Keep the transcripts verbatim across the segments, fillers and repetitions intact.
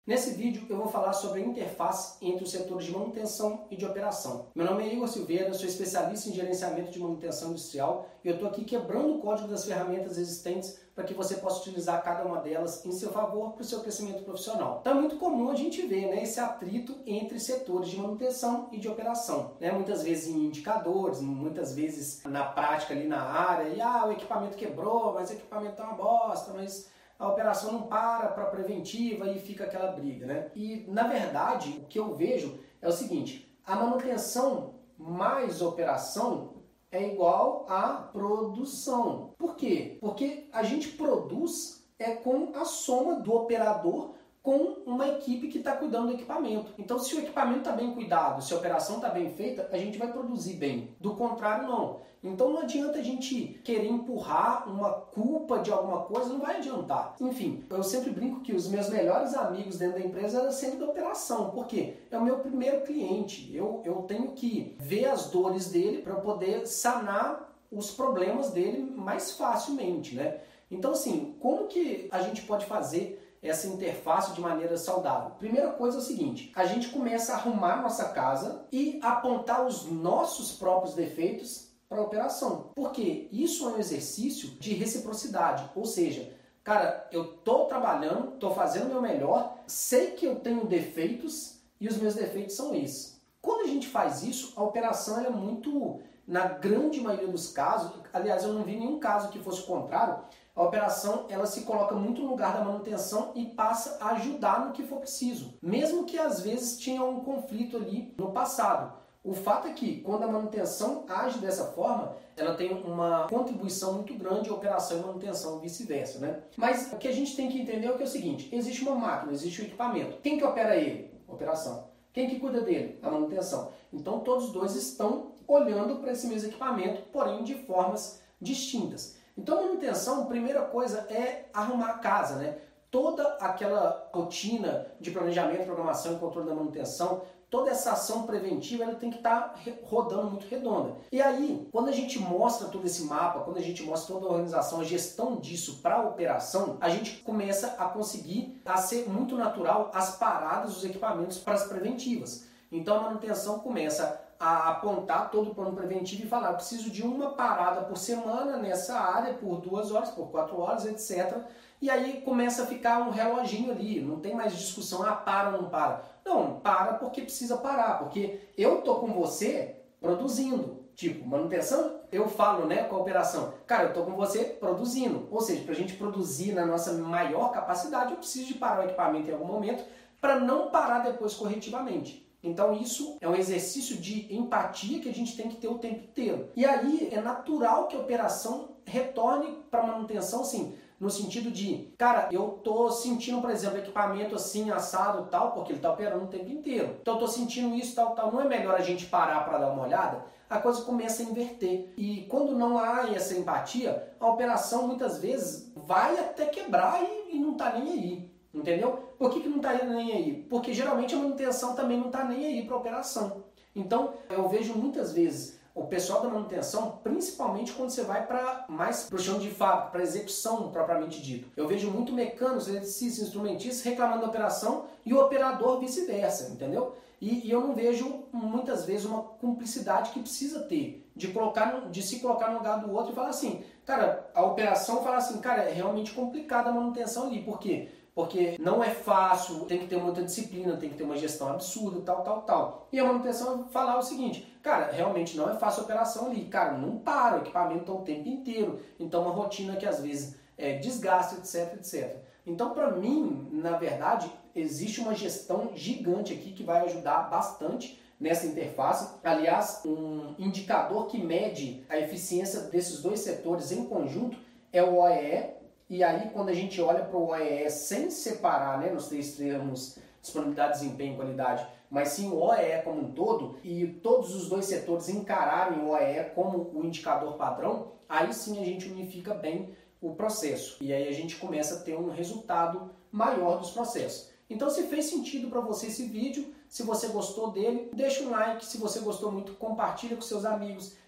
Nesse vídeo eu vou falar sobre a interface entre os setores de manutenção e de operação. Meu nome é Igor Silveira, sou especialista em gerenciamento de manutenção industrial e eu estou aqui quebrando o código das ferramentas existentes para que você possa utilizar cada uma delas em seu favor para o seu crescimento profissional. Então é muito comum a gente ver, né, esse atrito entre setores de manutenção e de operação. Né? Muitas vezes em indicadores, muitas vezes na prática ali na área, e ah, o equipamento quebrou, mas o equipamento é uma bosta, mas a operação não para para preventiva e fica aquela briga, né? E, na verdade, o que eu vejo é o seguinte, a manutenção mais operação é igual à produção. Por quê? Porque a gente produz é com a soma do operador com uma equipe que está cuidando do equipamento. Então, se o equipamento está bem cuidado, se a operação está bem feita, a gente vai produzir bem. Do contrário, não. Então, não adianta a gente querer empurrar uma culpa de alguma coisa, não vai adiantar. Enfim, eu sempre brinco que os meus melhores amigos dentro da empresa eram sempre da operação. Por quê? É o meu primeiro cliente. Eu, eu tenho que ver as dores dele para poder sanar os problemas dele mais facilmente, né? Então, assim, como que a gente pode fazer essa interface de maneira saudável? Primeira coisa é o seguinte, a gente começa a arrumar nossa casa e apontar os nossos próprios defeitos para a operação. Porque isso é um exercício de reciprocidade, ou seja, cara, eu estou trabalhando, estou fazendo o meu melhor, sei que eu tenho defeitos e os meus defeitos são esses. Quando a gente faz isso, a operação ela é muito, na grande maioria dos casos, aliás, eu não vi nenhum caso que fosse o contrário, a operação ela se coloca muito no lugar da manutenção e passa a ajudar no que for preciso. Mesmo que às vezes tinha um conflito ali no passado. O fato é que quando a manutenção age dessa forma, ela tem uma contribuição muito grande à operação e manutenção e vice-versa, né? Mas o que a gente tem que entender é que é o seguinte, existe uma máquina, existe um equipamento. Quem que opera ele? Operação. Quem que cuida dele? A manutenção. Então todos os dois estão olhando para esse mesmo equipamento, porém de formas distintas. Então, a manutenção, a primeira coisa é arrumar a casa, né? Toda aquela rotina de planejamento, programação e controle da manutenção, toda essa ação preventiva, ela tem que estar rodando muito redonda. E aí, quando a gente mostra todo esse mapa, quando a gente mostra toda a organização, a gestão disso para a operação, a gente começa a conseguir a ser muito natural as paradas dos equipamentos para as preventivas. Então, a manutenção começa a apontar todo o plano preventivo e falar, eu preciso de uma parada por semana nessa área, por duas horas, por quatro horas, etcétera. E aí começa a ficar um reloginho ali, não tem mais discussão, ah, para ou não para. Não, para porque precisa parar, porque eu tô com você produzindo. Tipo, manutenção, eu falo, né, com a operação, cara, eu tô com você produzindo. Ou seja, para a gente produzir na nossa maior capacidade, eu preciso de parar o equipamento em algum momento para não parar depois corretivamente. Então isso é um exercício de empatia que a gente tem que ter o tempo inteiro. E aí é natural que a operação retorne para a manutenção, sim, no sentido de, cara, eu tô sentindo, por exemplo, equipamento assim, assado tal, porque ele tá operando o tempo inteiro. Então eu tô sentindo isso, tal, tal. Não é melhor a gente parar para dar uma olhada? A coisa começa a inverter. E quando não há essa empatia, a operação muitas vezes vai até quebrar e, e não tá nem aí. Entendeu? Por que que não está nem aí? Porque geralmente a manutenção também não está nem aí para a operação. Então, eu vejo muitas vezes o pessoal da manutenção, principalmente quando você vai para mais para o chão de fábrica, para execução propriamente dito. Eu vejo muito mecânicos, eletricistas, instrumentistas reclamando da operação e o operador vice-versa, entendeu? E, e eu não vejo muitas vezes uma cumplicidade que precisa ter, de, colocar, de se colocar no lugar do outro e falar assim, cara, a operação fala assim, cara, é realmente complicada a manutenção ali, por quê? Porque não é fácil, tem que ter muita disciplina, tem que ter uma gestão absurda, tal, tal, tal. E a manutenção vai falar o seguinte, cara, realmente não é fácil a operação ali, cara, não para, o equipamento está o tempo inteiro, então uma rotina que às vezes é, desgasta, etc, etcétera. Então, para mim, na verdade, existe uma gestão gigante aqui que vai ajudar bastante nessa interface. Aliás, um indicador que mede a eficiência desses dois setores em conjunto é o O E E. E aí, quando a gente olha para o O E E sem separar, né, nos três termos, disponibilidade, desempenho e qualidade, mas sim o O E E como um todo, e todos os dois setores encararem o O E E como o indicador padrão, aí sim a gente unifica bem o processo. E aí a gente começa a ter um resultado maior dos processos. Então, se fez sentido para você esse vídeo, se você gostou dele, deixa um like. Se você gostou muito, compartilha com seus amigos.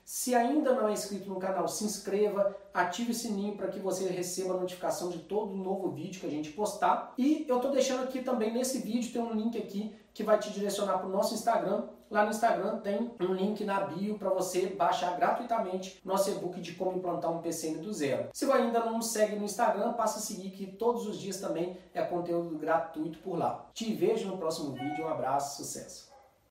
Se ainda não é inscrito no canal, se inscreva, ative o sininho para que você receba a notificação de todo novo vídeo que a gente postar. E eu estou deixando aqui também nesse vídeo, tem um link aqui que vai te direcionar para o nosso Instagram. Lá no Instagram tem um link na bio para você baixar gratuitamente nosso e-book de como implantar um P C N do zero. Se você ainda não nos segue no Instagram, passa a seguir, que todos os dias também é conteúdo gratuito por lá. Te vejo no próximo vídeo, um abraço, sucesso!